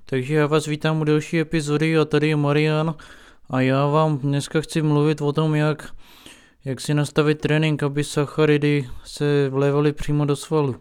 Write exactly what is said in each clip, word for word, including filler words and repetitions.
Takže já vás vítám u další epizody a tady je Marian a já vám dneska chci mluvit o tom, jak, jak si nastavit trénink, aby sacharidy se vlévaly přímo do svalu.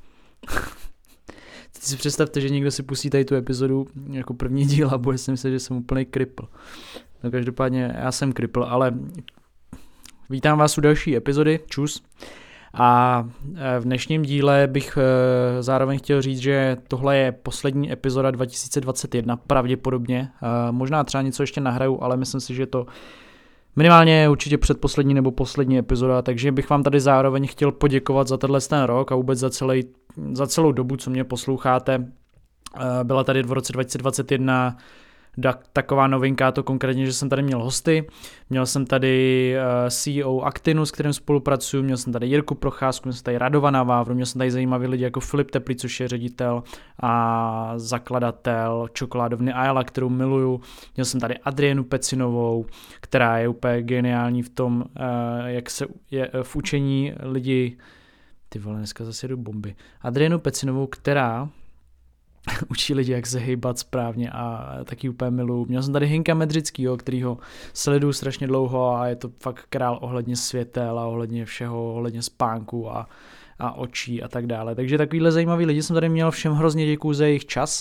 Teď si představte, že někdo si pustí tady tu epizodu jako první díl a bude si myslet, že jsem úplný kripl. No každopádně já jsem kripl, ale vítám vás u další epizody, čus. A v dnešním díle bych zároveň chtěl říct, že tohle je poslední epizoda dva tisíce dvacet jedna, pravděpodobně. Možná třeba něco ještě nahraju, ale myslím si, že to minimálně určitě předposlední nebo poslední epizoda, takže bych vám tady zároveň chtěl poděkovat za tenhle ten rok a vůbec za, celý, za celou dobu, co mě posloucháte. Byla tady v roce dva tisíce dvacet jedna taková novinka, to konkrétně, že jsem tady měl hosty, měl jsem tady C E O Actinu, s kterým spolupracuju, měl jsem tady Jirku Procházku, měl jsem tady Radovana Vávru, měl jsem tady zajímavý lidi jako Filip Teplý, což je ředitel a zakladatel čokoládovny Ayla, kterou miluju, měl jsem tady Adrienu Pecinovou, která je úplně geniální v tom, jak se je v učení lidi, ty vole, dneska zase jedu bomby, Adrienu Pecinovou, která učí lidi, jak se hejbat správně a taky úplně miluju. Měl jsem tady Hinka Medřickýho, kterýho sleduju strašně dlouho a je to fakt král ohledně světel a ohledně všeho, ohledně spánku a, a očí a tak dále. Takže takovýhle zajímavý lidi jsem tady měl, všem hrozně děkuju za jejich čas.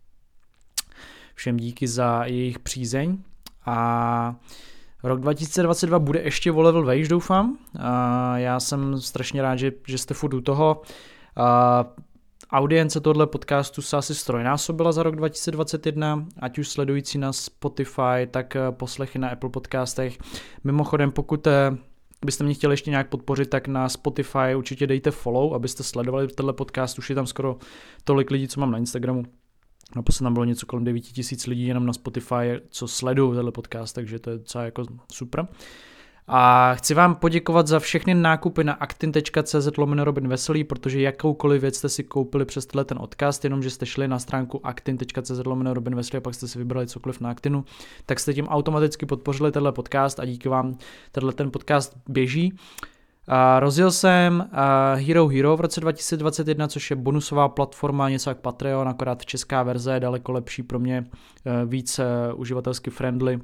Všem díky za jejich přízeň a rok dva tisíce dvacet dva bude ještě o level vejš, doufám. A já jsem strašně rád, že, že jste furt u toho. A audience tohle podcastu se asi strojnásobila za rok dva tisíce dvacet jedna, ať už sledující na Spotify, tak poslechy na Apple podcastech. Mimochodem, pokud byste mě chtěli ještě nějak podpořit, tak na Spotify určitě dejte follow, abyste sledovali tenhle podcast, už je tam skoro tolik lidí, co mám na Instagramu. Naposled tam bylo něco kolem devět tisíc lidí jenom na Spotify, co sledují tenhle podcast, takže to je docela jako super. A chci vám poděkovat za všechny nákupy na actin tečka cz lomeno Robin Veselý, protože jakoukoliv věc jste si koupili přes ten odkaz, jenom že jste šli na stránku actin tečka cz lomeno Robin Veselý a pak jste si vybrali cokoliv na Actinu, tak jste tím automaticky podpořili tenhle podcast a díky vám tenhle ten podcast běží. A rozjel jsem Hero Hero v roce dva tisíce dvacet jedna, což je bonusová platforma, něco jak Patreon, akorát česká verze je daleko lepší pro mě, víc uživatelsky friendly.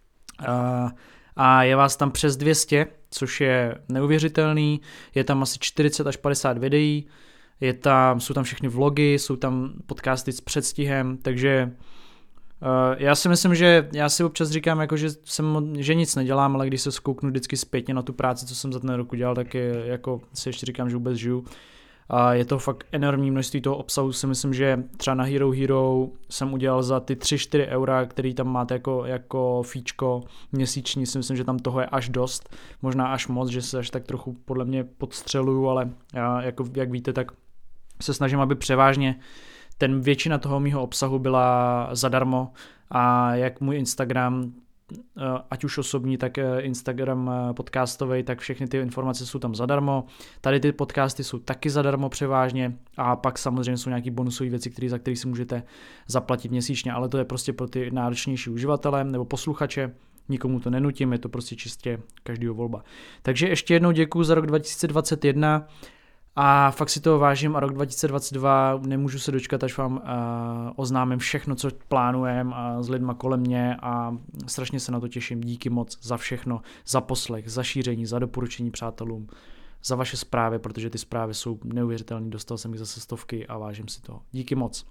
A A je vás tam přes dvě stě, což je neuvěřitelný, je tam asi čtyřicet až padesát videí, je tam, jsou tam všechny vlogy, jsou tam podcasty s předstihem, takže uh, já si myslím, že já si občas říkám, jako, že, jsem, že nic nedělám, ale když se zkouknu vždycky zpětně na tu práci, co jsem za ten rok udělal, tak je, jako si ještě říkám, že vůbec žiju. A je to fakt enormní množství toho obsahu, si myslím, že třeba na Hero Hero jsem udělal za ty tři čtyři eura, který tam máte jako, jako fíčko měsíční, si myslím, že tam toho je až dost, možná až moc, že se až tak trochu podle mě podstřeluju, ale já, jako, jak víte, tak se snažím, aby převážně ten většina toho mýho obsahu byla zadarmo a jak můj Instagram, ať už osobní, tak Instagram podcastový, tak všechny ty informace jsou tam zadarmo. Tady ty podcasty jsou taky zadarmo převážně a pak samozřejmě jsou nějaký bonusové věci, které, za které si můžete zaplatit měsíčně, ale to je prostě pro ty náročnější uživatele nebo posluchače. Nikomu to nenutím, je to prostě čistě každýho volba. Takže ještě jednou děkuju za rok dva tisíce dvacet jedna a fakt si toho vážím a rok dva tisíce dvacet dva nemůžu se dočkat, až vám uh, oznámím všechno, co plánujeme a s lidma kolem mě a strašně se na to těším. Díky moc za všechno, za poslech, za šíření, za doporučení přátelům, za vaše zprávy, protože ty zprávy jsou neuvěřitelné, dostal jsem jich zase stovky a vážím si toho. Díky moc.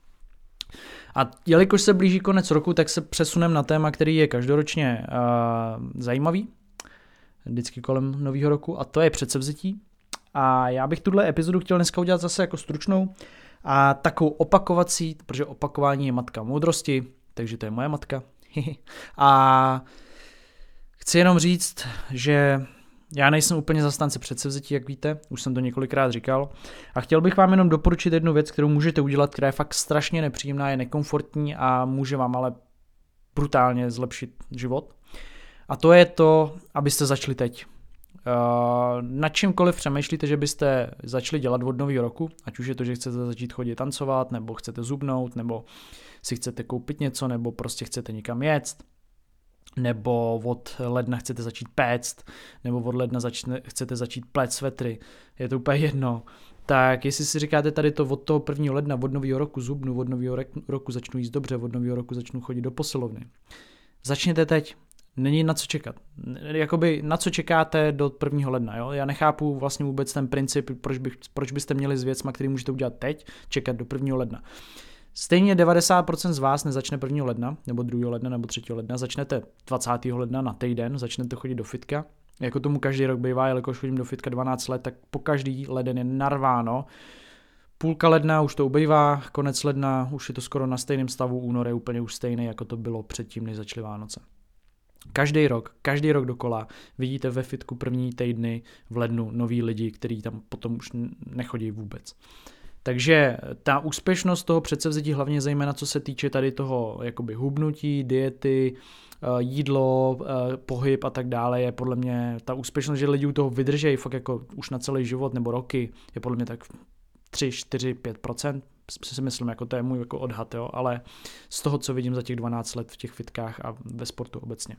A jelikož se blíží konec roku, tak se přesunem na téma, který je každoročně uh, zajímavý, vždycky kolem nového roku, a to je předsevzetí. A já bych tuhle epizodu chtěl dneska udělat zase jako stručnou a takovou opakovací, protože opakování je matka moudrosti, takže to je moje matka. A chci jenom říct, že já nejsem úplně zastánce předsevzetí, jak víte, už jsem to několikrát říkal. A chtěl bych vám jenom doporučit jednu věc, kterou můžete udělat, která je fakt strašně nepříjemná, je nekomfortní a může vám ale brutálně zlepšit život. A to je to, abyste začali teď. Uh, nad čímkoliv přemýšlíte, že byste začali dělat od nového roku, ať už je to, že chcete začít chodit tancovat, nebo chcete zubnout, nebo si chcete koupit něco, nebo prostě chcete někam jet, nebo od ledna chcete začít péct, nebo od ledna začne, chcete začít plét svetry, je to úplně jedno. tak jestli si říkáte tady to od toho prvního ledna, od nového roku zubnu, od nového roku začnu jíst dobře, od nového roku začnu chodit do posilovny. Začněte teď, není na co čekat. Jakoby na co čekáte do prvního ledna, jo? Já nechápu vlastně vůbec ten princip, proč, bych, proč byste měli s věcma, který můžete udělat teď, čekat do prvního ledna. Stejně devadesát procent z vás nezačne prvního ledna, nebo druhého ledna, nebo třetího ledna, začnete dvacátého ledna na týden, začnete chodit do fitka. Jako tomu každý rok bývá, jelikož chodím do fitka dvanáct let, tak po každý leden je narváno. Půlka ledna už to ubývá, konec ledna už je to skoro na stejném stavu, únor je úplně už stejný, jako to bylo předtím, než začaly Vánoce. Každý rok, každý rok dokola vidíte ve fitku první týdny v lednu noví lidi, kteří tam potom už nechodí vůbec. Takže ta úspěšnost toho předsevzetí, hlavně zejména co se týče tady toho jakoby hubnutí, diety, jídlo, pohyb a tak dále, je podle mě ta úspěšnost, že lidi u toho vydržejí fakt jako už na celý život nebo roky, je podle mě tak tři, čtyři, pět procent, si myslím, jako to je můj jako odhad, jo, ale z toho, co vidím za těch dvanáct let v těch fitkách a ve sportu obecně.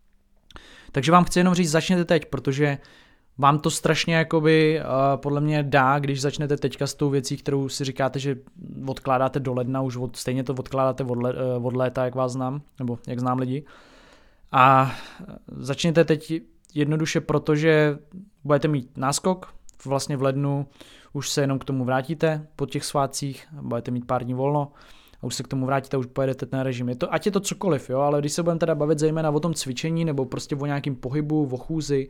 Takže vám chci jenom říct, začněte teď, protože vám to strašně jakoby, uh, podle mě dá, když začnete teďka s tou věcí, kterou si říkáte, že odkládáte do ledna, už od, stejně to odkládáte od, le, uh, od léta, jak vás znám, nebo jak znám lidi. A začněte teď jednoduše, protože budete mít náskok, vlastně v lednu už se jenom k tomu vrátíte po těch svátcích, budete mít pár dní volno a už se k tomu vrátíte, už pojedete ten režim. Je to, ať je to cokoliv, jo, ale když se budeme teda bavit zejména o tom cvičení, nebo prostě o nějakém pohybu, o chůzi,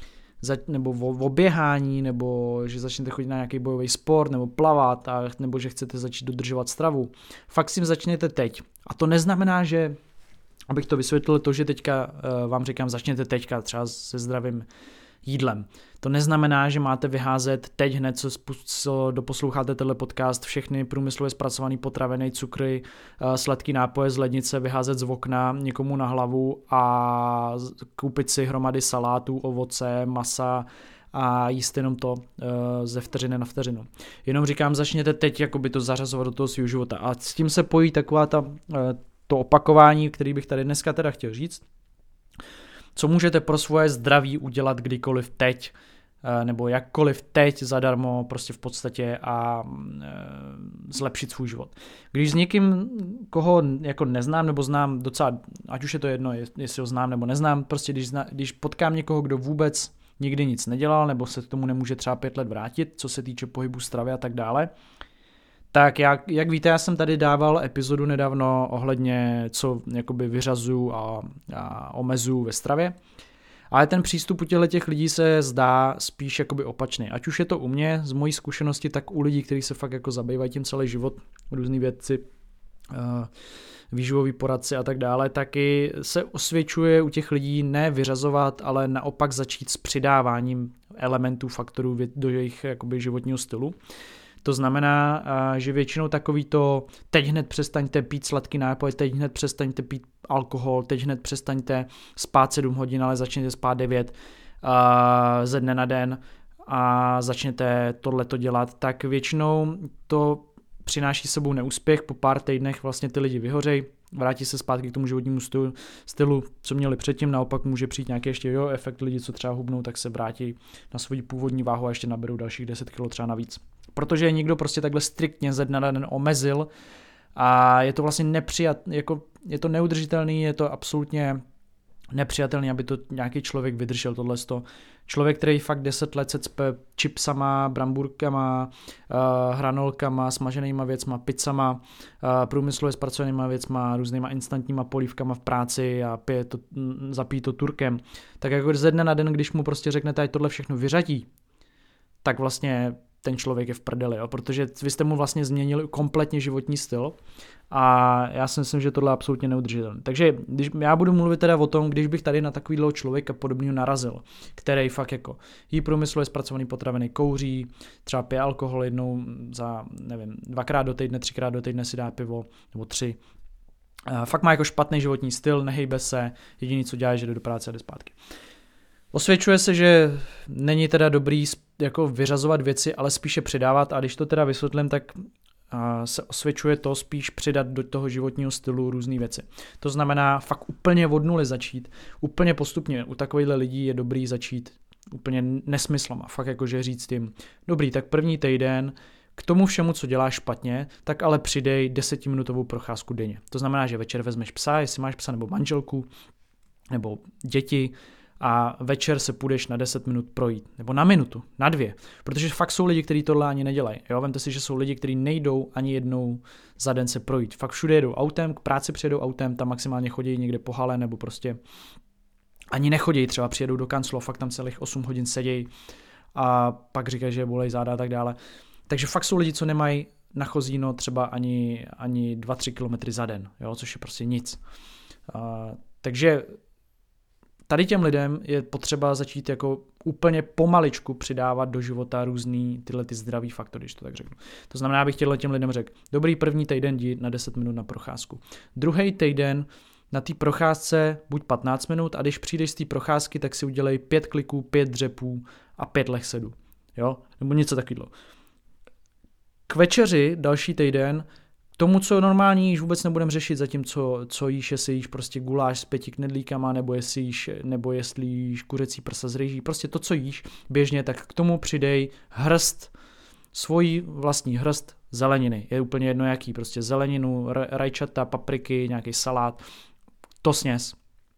nebo o oběhání, nebo že začnete chodit na nějaký bojový sport, nebo plavat, a, nebo že chcete začít dodržovat stravu. Fakt s tím začněte teď. A to neznamená, že, abych to vysvětlil, to, že teďka uh, vám říkám, začněte teďka třeba se zdravým jídlem. To neznamená, že máte vyházet teď hned, co, co doposloucháte tenhle podcast, všechny průmyslově zpracované potraviny, cukry, sladký nápoje z lednice, vyházet z okna někomu na hlavu a koupit si hromady salátů, ovoce, masa a jíst jenom to ze vteřiny na vteřinu. Jenom říkám, začněte teď jakoby to zařazovat do toho svého života. A s tím se pojí taková ta, to opakování, který bych tady dneska teda chtěl říct. Co můžete pro svoje zdraví udělat kdykoliv teď, nebo jakkoliv teď zadarmo prostě v podstatě a zlepšit svůj život. Když s někým, koho jako neznám nebo znám docela, ať už je to jedno, jestli ho znám nebo neznám, prostě když, zna, když potkám někoho, kdo vůbec nikdy nic nedělal nebo se k tomu nemůže třeba pět let vrátit, co se týče pohybu stravy a tak dále, tak jak, jak víte, já jsem tady dával epizodu nedávno ohledně, co jakoby vyřazuju a, a omezuju ve stravě. Ale ten přístup u těchto lidí se zdá spíš jakoby opačný. Ať už je to u mě, z mojí zkušenosti, tak u lidí, kteří se fakt jako zabývají tím celý život, různý vědci, výživový poradci a tak dále, taky se osvědčuje u těch lidí ne vyřazovat, ale naopak začít s přidáváním elementů, faktorů do jejich jakoby životního stylu. To znamená, že většinou takový to teď hned přestaňte pít sladký nápoj, teď hned přestaňte pít alkohol, teď hned přestaňte spát sedm hodin, ale začněte spát devět ze dne na den a začněte tohleto dělat, tak většinou to přináší s sebou neúspěch, po pár týdnech vlastně ty lidi vyhořejí, vrátí se zpátky k tomu životnímu stylu, stylu, co měli předtím, naopak může přijít nějaký ještě jo, efekt, lidi, co třeba hubnou, tak se vrátí na svoji původní váhu a ještě naberou dalších deset kilo třeba navíc. Protože někdo prostě takhle striktně ze dne na den omezil a je to vlastně nepřijat, jako je to neudržitelný, je to absolutně nepřijatelný, aby to nějaký člověk vydržel tohleto. Člověk, který fakt deset let se cpe chipsama, bramburkama, uh, hranolkama, smaženýma věcma, pizzama, uh, průmyslově zpracovanýma věcma, různýma instantníma polívkama v práci a pije to, zapíjí to turkem, tak jako ze dne na den, když mu prostě řeknete, ať tohle všechno vyřadí, tak vlastně ten člověk je v prdeli, jo? Protože vy jste mu vlastně změnili kompletně životní styl a já si myslím, že tohle je absolutně neudržitelné. Takže když já budu mluvit teda o tom, když bych tady na takovýhle člověka podobného narazil, který fakt jako jí průmyslově zpracovaný potraviny, kouří, třeba pije alkohol jednou za, nevím, dvakrát do týdne, třikrát do týdne si dá pivo, nebo tři. Fakt má jako špatný životní styl, nehejbe se, jediný co dělá, že jde do práce a jde zpátky. Osvědčuje se, že není teda dobrý jako vyřazovat věci, ale spíše přidávat a když to teda vysvětlím, tak se osvědčuje to spíš přidat do toho životního stylu různé věci. To znamená fakt úplně od nuly začít, úplně postupně. U takovýchhle lidí je dobrý začít úplně nesmyslama. Fakt jakože říct jim, dobrý, tak první týden k tomu všemu, co děláš špatně, tak ale přidej desetiminutovou procházku denně. To znamená, že večer vezmeš psa, jestli máš psa nebo manželku, nebo děti, a večer se půjdeš na deset minut projít, nebo na minutu, na dvě, protože fakt jsou lidi, kteří tohle ani nedělají. Jo, vemte si, že jsou lidi, kteří nejdou ani jednou za den se projít. Fakt všude jedou autem, k práci přijedou autem, tam maximálně chodí někde po hale, nebo prostě ani nechodí, třeba přijedou do kanclu a fakt tam celých osm hodin sedějí a pak říkají, že bolej záda a tak dále. Takže fakt jsou lidi, co nemají na chozíno třeba ani, ani dva tři kilometry za den, jo, což je prostě nic. Uh, takže tady těm lidem je potřeba začít jako úplně pomaličku přidávat do života různý tyhle ty zdravý faktory, když to tak řeknu. To znamená, abych těm lidem řekl, dobrý první týden jdi na deset minut na procházku. Druhý týden na té procházce buď patnáct minut a když přijdeš z té procházky, tak si udělej pět kliků, pět dřepů a pět lehsedů. Jo? Nebo něco takového. K večeři další týden tomu, co normální jíš, vůbec nebudem řešit zatím, co, co jíš, jestli jíš prostě guláš s pěti knedlíkama, nebo jestli jíš, nebo jestli jíš kuřecí prsa z rýží, prostě to, co jíš běžně, tak k tomu přidej hrst, svoji vlastní hrst zeleniny. Je úplně jedno jaký, prostě zeleninu, rajčata, papriky, nějaký salát, to sněz.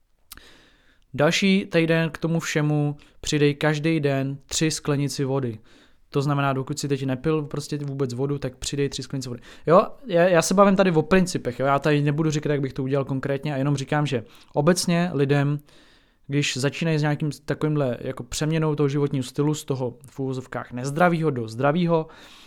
Další týden k tomu všemu přidej každý den tři sklenici vody. To znamená, dokud si teď nepil prostě vůbec vodu, tak přidej tři sklenice vody. Jo, já, já se bavím tady o principech, jo? Já tady nebudu říkat, jak bych to udělal konkrétně, a jenom říkám, že obecně lidem, když začínají s nějakým takovýmhle jako přeměnou toho životního stylu, z toho v úvozovkách nezdravýho do zdravýho,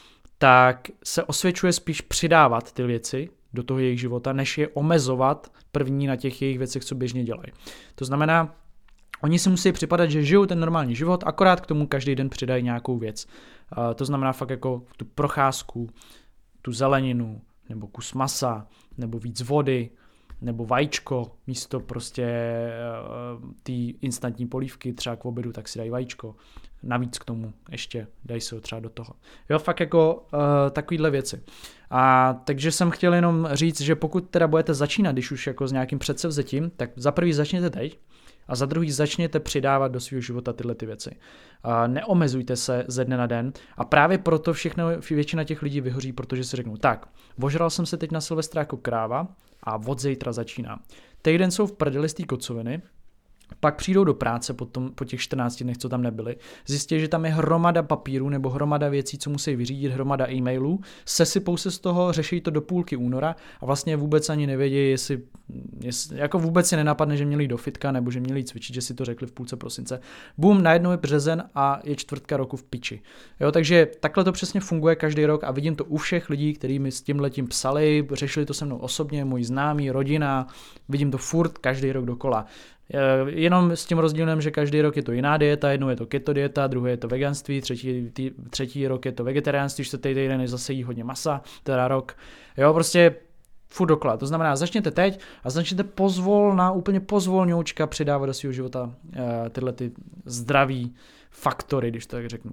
tak se osvědčuje spíš přidávat ty věci do toho jejich života, než je omezovat první na těch jejich věcech, co běžně dělají. To znamená, oni si musí připadat, že žijou ten normální život, akorát k tomu každý den přidají nějakou věc. Uh, to znamená fakt jako tu procházku, tu zeleninu, nebo kus masa, nebo víc vody, nebo vajíčko, místo prostě uh, té instantní polívky, třeba k obědu, tak si dají vajíčko. Navíc k tomu ještě dají se ho třeba do toho. Jo, fakt jako uh, takovýhle věci. A takže jsem chtěl jenom říct, že pokud teda budete začínat, když už jako s nějakým předsevzetím, tak za prvý začněte teď, a za druhý začněte přidávat do svého života tyhle ty věci. A neomezujte se ze dne na den a právě proto všechno, většina těch lidí vyhoří, protože si řeknou, tak, ožral jsem se teď na Silvestra jako kráva a od zítra začínám. Týden jsou v prdeli z té kocoviny, pak přijdou do práce po, tom, po těch čtrnácti dnech, co tam nebyli, zjistí, že tam je hromada papíru nebo hromada věcí, co musí vyřídit, hromada e-mailů, sesypou se z toho, řeší to do půlky února a vlastně vůbec ani nevědí, jestli, jestli jako vůbec si nenapadne, že měli do fitka nebo že měli cvičit, že si to řekli v půlce prosince. Bum, najednou je březen a je čtvrtka roku v piči. Jo, takže takhle to přesně funguje každý rok a vidím to u všech lidí, kteří mi s tímhletím psali, řešili to se mnou osobně, moji známí, rodina, vidím to furt každý rok dokola. Jenom s tím rozdílem, že každý rok je to jiná dieta, jednou je to keto dieta, druhý je to veganství, třetí, tý, třetí rok je to vegetariánství, čtvrtý týden je zase jí hodně masa, teda rok. Jo, prostě furt dokola. To znamená, začněte teď a začněte pozvolna, úplně pozvolňoučka přidávat do svého života uh, tyhle ty zdraví faktory, když to tak řeknu.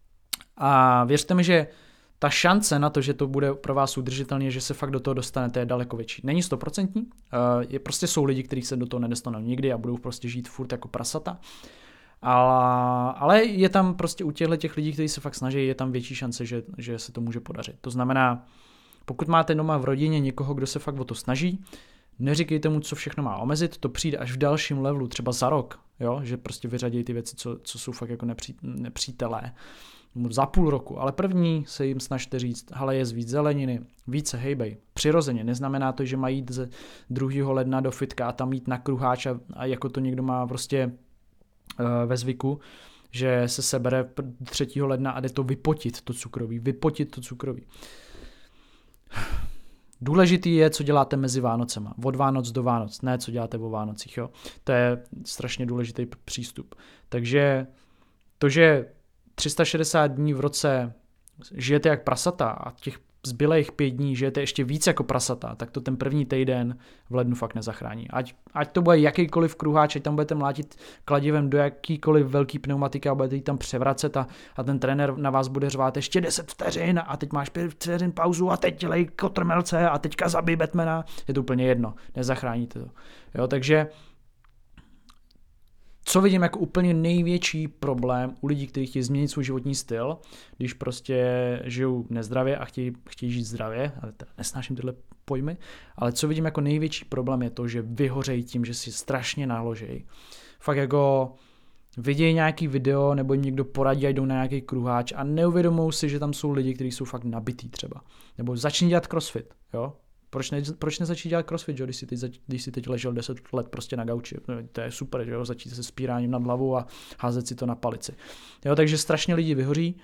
A věřte mi, že ta šance na to, že to bude pro vás udržitelně, že se fakt do toho dostanete, je daleko větší. Není stoprocentní, je prostě jsou lidi, kteří se do toho nedostanou nikdy a budou prostě žít furt jako prasata. Ale, ale je tam prostě u těchto těch lidí, kteří se fakt snaží, je tam větší šance, že, že se to může podařit. To znamená, pokud máte doma v rodině někoho, kdo se fakt o to snaží, neříkejte mu, co všechno má omezit, to přijde až v dalším levelu, třeba za rok, jo? Že prostě vyřadí ty věci, co, co jsou fakt jako nepří, nepřítelé. Za půl roku, ale první se jim snažte říct, hele, je víc zeleniny, více hejbej. Přirozeně, neznamená to, že mají jít ze druhého ledna do fitka a tam jít na kruháč a, a jako to někdo má prostě uh, ve zvyku, že se sebere třetího ledna a jde to vypotit, to cukroví, vypotit to cukroví. Důležitý je, co děláte mezi Vánocema. Od Vánoc do Vánoc, ne co děláte o Vánocích. Jo? To je strašně důležitý přístup. Takže to, že tři sta šedesát dní v roce žijete jak prasata a těch zbylejch pět dní žijete ještě víc jako prasata, tak to ten první týden v lednu fakt nezachrání. Ať, ať to bude jakýkoliv kruháč, ať tam budete mlátit kladivem do jakýkoliv velký pneumatiky a budete ji tam převracet a, a ten trenér na vás bude řvát ještě deset vteřin a teď máš pět vteřin pauzu a teď dělej kotrmelce a teďka zabij Batmana. Je to úplně jedno, nezachráníte to. Jo, takže Co vidím jako úplně největší problém u lidí, kteří chtějí změnit svůj životní styl, když prostě žijou nezdravě a chtějí, chtějí žít zdravě, ale nesnáším tyhle pojmy, ale co vidím jako největší problém je to, že vyhořejí tím, že si strašně náložejí. Fakt jako vidějí nějaký video nebo jim někdo poradí a jdou na nějaký kruháč a neuvědomou si, že tam jsou lidi, kteří jsou fakt nabitý třeba. Nebo začni dělat crossfit, jo? Proč, ne, proč nezačít dělat crossfit, že? Když si teď, když si teď ležel deset let prostě na gauči, to je super, že jo? Začít se spíráním nad hlavou a házet si to na palici. Jo, takže strašně lidi vyhoří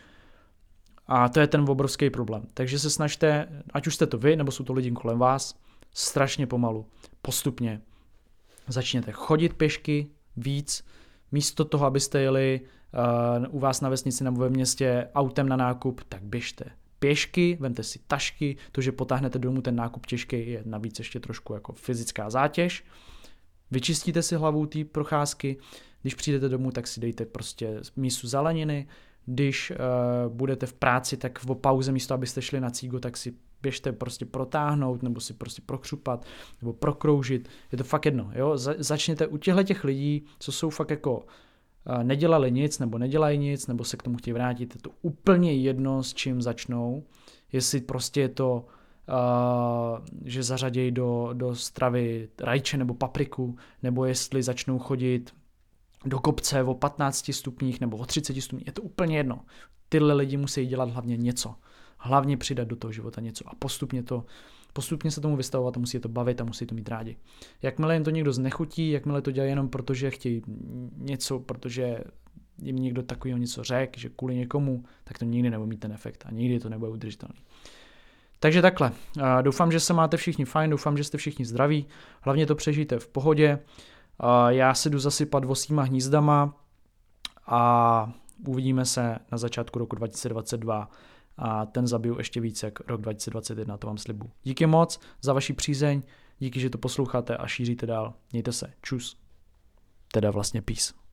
a to je ten obrovský problém. Takže se snažte, ať už jste to vy, nebo jsou to lidi kolem vás, strašně pomalu, postupně začněte chodit pěšky víc, místo toho, abyste jeli uh, u vás na vesnici nebo ve městě autem na nákup, tak běžte pěšky, vemte si tašky, to, že potáhnete domů ten nákup těžký, je navíc ještě trošku jako fyzická zátěž. Vyčistíte si hlavu té procházky, když přijdete domů, tak si dejte prostě mísu zeleniny, když uh, budete v práci, tak v pauze místo, abyste šli na cígo, tak si běžte prostě protáhnout, nebo si prostě prokřupat, nebo prokroužit, je to fakt jedno, jo, Za, začněte u těchto těch lidí, co jsou fakt jako uh, nedělali nic, nebo nedělají nic, nebo se k tomu chtějí vrátit, je to úplně jedno, s čím začnou, jestli prostě je to, uh, že zařadějí do, do stravy rajče nebo papriku, nebo jestli začnou chodit do kopce o patnácti stupních nebo o třiceti stupních, je to úplně jedno. Tyhle lidi musí dělat hlavně něco. Hlavně přidat do toho života něco a postupně to, postupně se tomu vystavovat a musí je to bavit a musí to mít rádi. Jakmile jim to někdo znechutí, jakmile to dělají jenom protože chtějí něco, protože jim někdo takového něco řekl, že kvůli někomu, tak to nikdy nebude mít ten efekt a nikdy to nebude udržitelný. Takže takhle. Doufám, že se máte všichni fajn, doufám, že jste všichni zdraví, hlavně to přežijte v pohodě. Já si jdu zasypat osíma hnízdama a uvidíme se na začátku roku dva tisíce dvacet dva a ten zabiju ještě víc jak rok dva tisíce dvacet jedna, to vám slibuju. Díky moc za vaši přízeň, díky, že to posloucháte a šíříte dál. Mějte se. Čus. Teda vlastně peace.